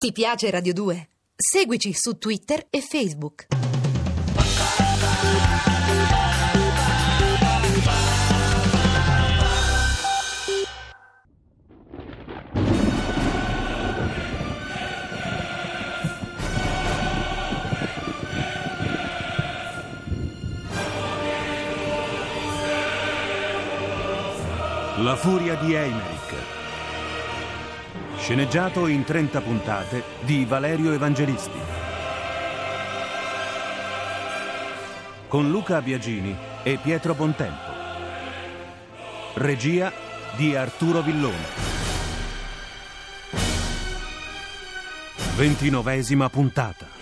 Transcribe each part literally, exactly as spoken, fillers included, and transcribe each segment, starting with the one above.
Ti piace Radio due? Seguici su Twitter e Facebook. La furia di Eymerich. Sceneggiato in trenta puntate di Valerio Evangelisti. Con Luca Biagini e Pietro Bontempo. Regia di Arturo Villone. Ventinovesima puntata.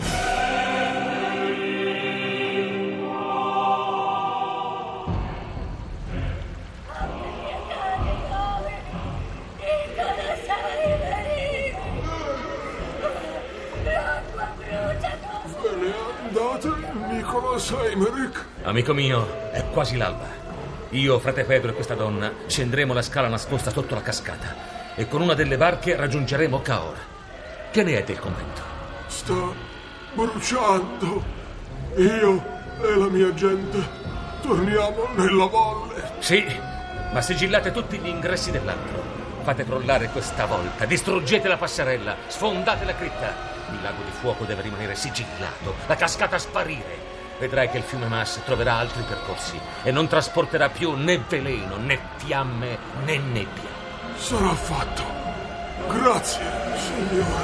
Nicolas Eymerich. Amico mio, è quasi l'alba. Io, frate Pedro e questa donna scenderemo la scala nascosta sotto la cascata e con una delle barche raggiungeremo Cahors. Che ne è del convento? Sta bruciando. Io e la mia gente torniamo nella valle. Sì, ma sigillate tutti gli ingressi dell'antro. Fate crollare questa volta, distruggete la passerella, sfondate la cripta. Il lago di fuoco deve rimanere sigillato, la cascata sparire. Vedrai che il fiume Mas troverà altri percorsi e non trasporterà più né veleno, né fiamme, né nebbia. Sarà fatto. Grazie, signore.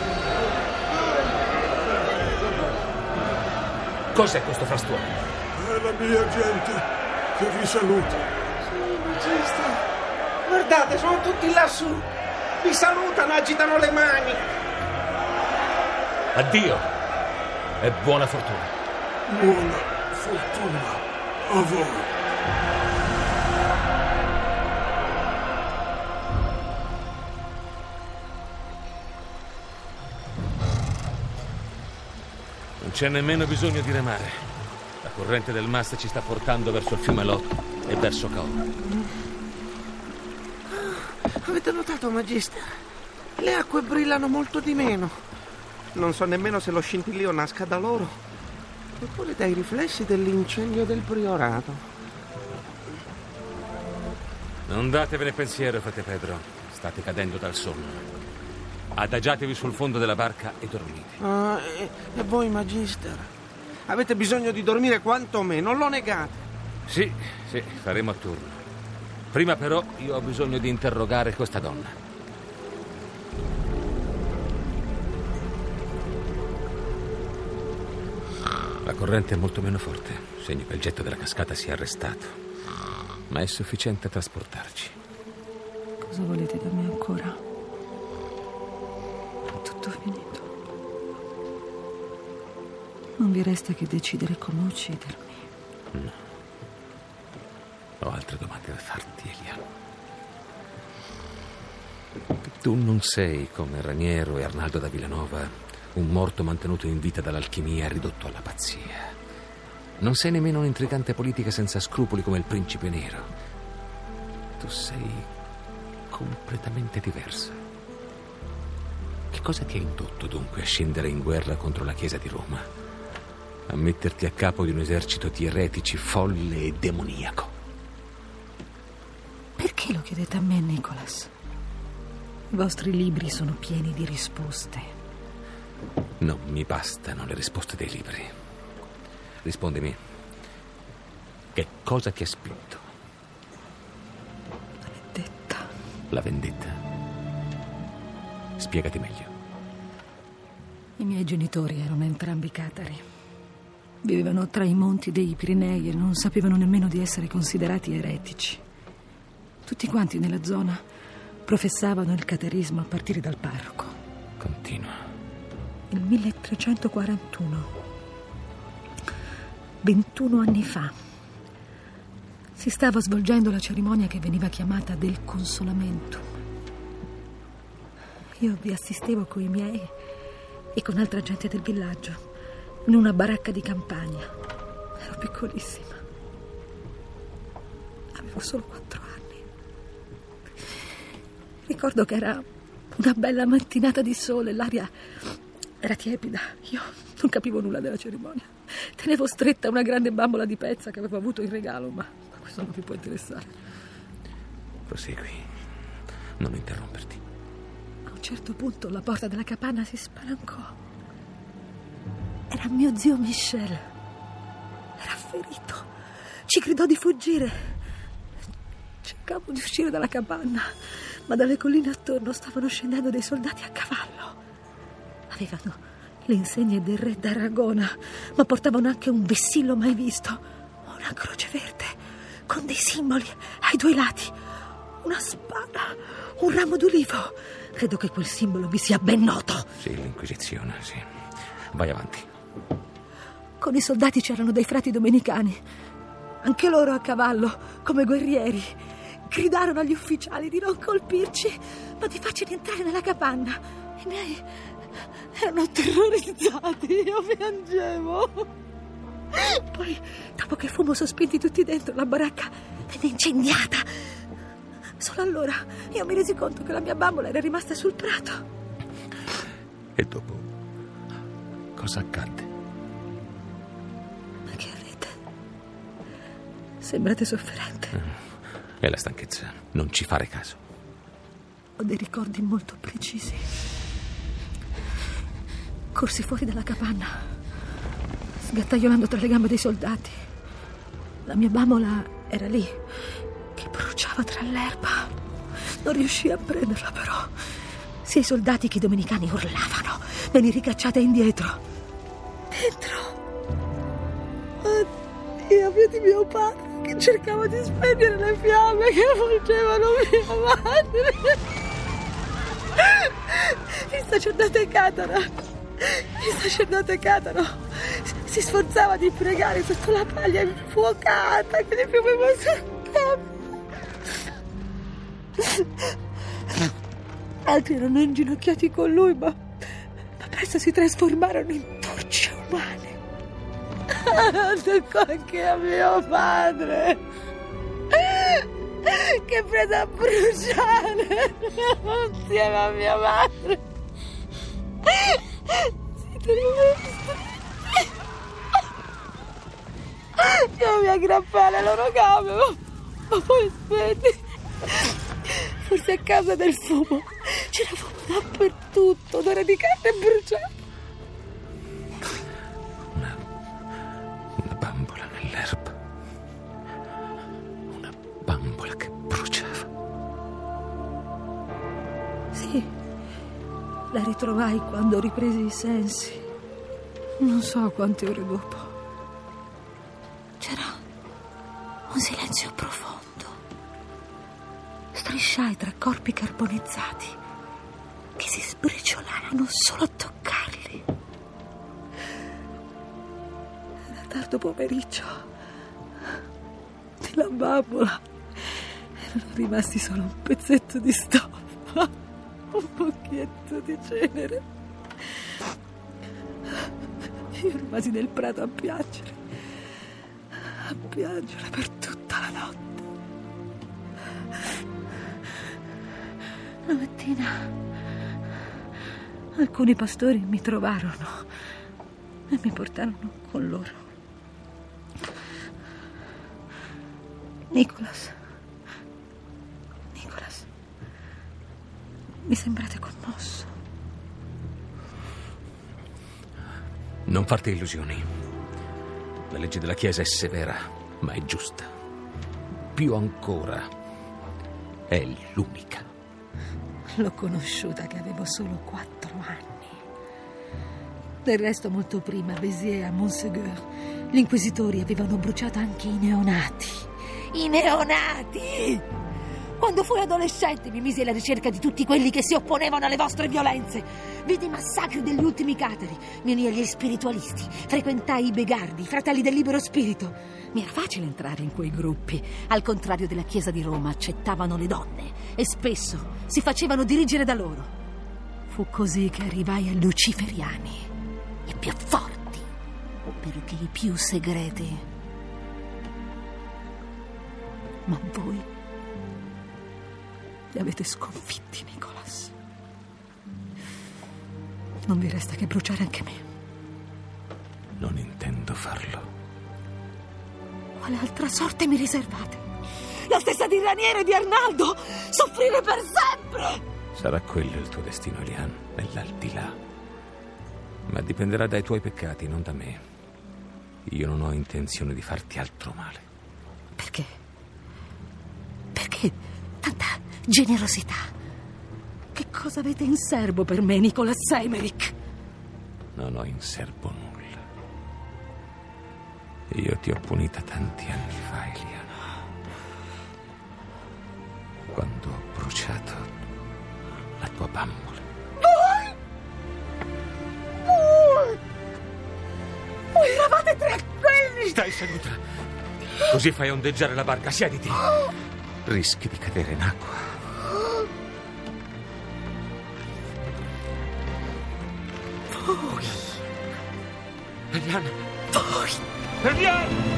Cos'è questo frastuono? È la mia gente che vi saluta. Sì, Magister. Guardate, sono tutti lassù. Vi salutano, agitano le mani. Addio e buona fortuna. Buona fortuna a voi. Non c'è nemmeno bisogno di remare. La corrente del Mas ci sta portando verso il fiume Lot e verso Cahors. Avete notato, Magister? Le acque brillano molto di meno. Non so nemmeno se lo scintillio nasca da loro, oppure dai riflessi dell'incendio del priorato. Non datevene pensiero, frate Pedro. State cadendo dal sonno. Adagiatevi sul fondo della barca e dormite. Ah, e, e voi, Magister? Avete bisogno di dormire quanto me, non lo negate? Sì, sì, faremo a turno. Prima però io ho bisogno di interrogare questa donna. La corrente è molto meno forte, segno che il getto della cascata si è arrestato, ma è sufficiente a trasportarci. Cosa volete da me ancora? È tutto finito. Non vi resta che decidere come uccidermi. No. Ho altre domande da farti, Elia. Tu non sei come Raniero e Arnaldo da Villanova, un morto mantenuto in vita dall'alchimia e ridotto alla pazzia. Non sei nemmeno un'intrigante politica senza scrupoli come il principe nero. Tu sei completamente diversa. Che cosa ti ha indotto dunque a scendere in guerra contro la Chiesa di Roma? A metterti a capo di un esercito di eretici folle e demoniaco? Perché lo chiedete a me, Nicolas? I vostri libri sono pieni di risposte. Non mi bastano le risposte dei libri. Rispondimi. Che cosa ti ha spinto? La vendetta. La vendetta? Spiegati meglio. I miei genitori erano entrambi catari. Vivevano tra i monti dei Pirenei e non sapevano nemmeno di essere considerati eretici. Tutti quanti nella zona professavano il catarismo a partire dal parroco. Continua. Nel milletrecentoquarantuno, ventuno anni fa, si stava svolgendo la cerimonia che veniva chiamata del consolamento. Io vi assistevo coi miei e con altra gente del villaggio in una baracca di campagna. Ero piccolissima. Avevo solo quattro anni. Ricordo che era Una bella mattinata di sole, l'aria era tiepida. Io non capivo nulla della cerimonia. Tenevo stretta una grande bambola di pezza che avevo avuto in regalo, ma questo non ti può interessare. Prosegui, non interromperti. A un certo punto la porta della capanna si spalancò. Era mio zio Michel. Era ferito. Ci gridò di fuggire. Cercavo di uscire dalla capanna, ma dalle colline attorno stavano scendendo dei soldati a cavallo. Avevano le insegne del re d'Aragona, ma portavano anche un vessillo mai visto, una croce verde con dei simboli ai due lati, una spada, un ramo d'ulivo. Credo che quel simbolo vi sia ben noto. Sì, l'Inquisizione, sì. Vai avanti. Con i soldati c'erano dei frati domenicani, anche loro a cavallo, come guerrieri. Gridarono agli ufficiali di non colpirci, ma di farci entrare nella capanna. I miei erano terrorizzati, io piangevo. Poi, dopo che fummo sospinti tutti dentro, la baracca venne incendiata. Solo allora io mi resi conto che la mia bambola era rimasta sul prato. E dopo cosa accadde? Ma che avete? Sembrate sofferente. È la stanchezza, non ci fare caso. Ho dei ricordi molto precisi. Corsi fuori dalla capanna, sgattaiolando tra le gambe dei soldati. La mia bambola era lì, che bruciava tra l'erba. Non riuscii a prenderla, però. Sia i soldati che i domenicani urlavano. Venni ricacciata indietro. Dentro. Oddio, più di mio padre, che cercava di spegnere le fiamme che avvolgevano mia madre. Il sacerdote Cataro, il sacerdote Cataro si sforzava di pregare sotto la paglia infuocata che gli pioveva sul capo. Altri erano inginocchiati con lui, ma, ma presto si trasformarono in torce umane. Toccò anche a mio padre, che prese a bruciare insieme a mia madre. Si tenevano stretti. Io mi aggrappai alle loro gambe, ma, ma poi spenti. Forse a causa del fumo. C'era fumo dappertutto, odore di carne bruciata. Nell'erba, una bambola che bruciava. Sì, la ritrovai quando ripresi i sensi. Non so quante ore dopo. C'era un silenzio profondo. Strisciai tra corpi carbonizzati che si sbriciolavano solo a toccarli. Tardo pomeriggio, nella bambola erano rimasti solo un pezzetto di stoffa, un pocchietto di cenere. Io rimasi nel prato a piangere, a piangere per tutta la notte. La mattina alcuni pastori mi trovarono e mi portarono con loro. Nicholas, Nicholas, mi sembrate commosso. Non farti illusioni. La legge della Chiesa è severa, ma è giusta. Più ancora, è l'unica. L'ho conosciuta che avevo solo quattro anni. Del resto, molto prima, a Béziers, a Montségur, gli inquisitori avevano bruciato anche i neonati. I neonati! Quando fui adolescente mi misi alla ricerca di tutti quelli che si opponevano alle vostre violenze. Vidi i massacri degli ultimi catari, mi unii agli spiritualisti, frequentai i begardi, i fratelli del libero spirito. Mi era facile entrare in quei gruppi. Al contrario della Chiesa di Roma, accettavano le donne e spesso si facevano dirigere da loro. Fu così che arrivai ai luciferiani, i più forti, perché i più segreti. Ma voi li avete sconfitti, Nicholas. Non vi resta che bruciare anche me. Non intendo farlo. Quale altra sorte mi riservate? La stessa di Raniero e di Arnaldo? Soffrire per sempre! Sarà quello il tuo destino, Eliane, nell'aldilà. Ma dipenderà dai tuoi peccati, non da me. Io non ho intenzione di farti altro male. Perché? Perché tanta generosità? Che cosa avete in serbo per me, Nicholas Eymerich? Non ho in serbo nulla. Io ti ho punita tanti anni fa, Eliane. Quando ho bruciato la tua bambola. Voi? Voi? Voi eravate tranquilli! Stai seduta. Così fai ondeggiare la barca. Siediti. Rischi di cadere in acqua. Voi? Eliane. Voi? Eliane!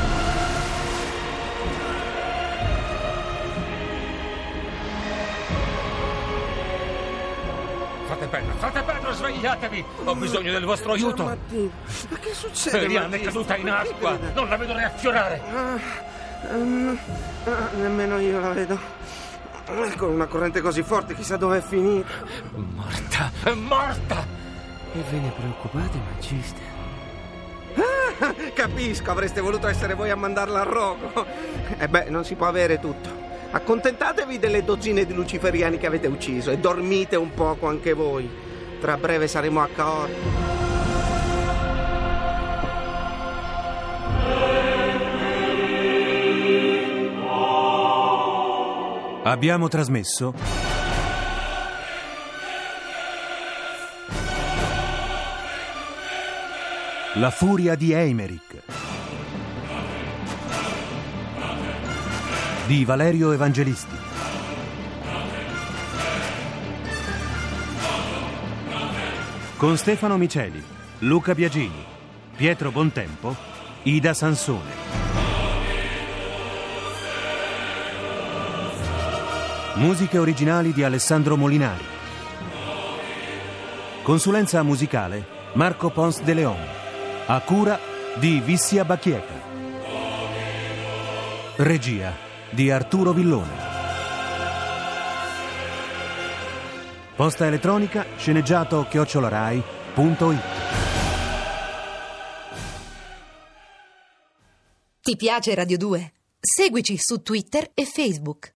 Frate Pedro, frate Pedro, svegliatevi! Ho bisogno del vostro aiuto! Ma che succede? Eliane è caduta in acqua! Non la vedo riaffiorare! Ah, um, ah, nemmeno io la vedo. Con una corrente così forte, chissà dove è finita. Morta! È morta! E ve ne preoccupate, Magister? Ah, capisco, avreste voluto essere voi a mandarla a rogo. E beh, non si può avere tutto. Accontentatevi delle dozzine di luciferiani che avete ucciso e dormite un poco anche voi. Tra breve saremo a Caorn. Abbiamo trasmesso La furia di Eymerich di Valerio Evangelisti. Con Stefano Miceli, Luca Biagini, Pietro Bontempo, Ida Sansone. Musiche originali di Alessandro Molinari. Consulenza musicale Marco Pons de Leon. A cura di Vissia Bacchieca. Regia di Arturo Villone. Posta elettronica sceneggiato chiocciolarai punto it. Ti piace Radio due? Seguici su Twitter e Facebook.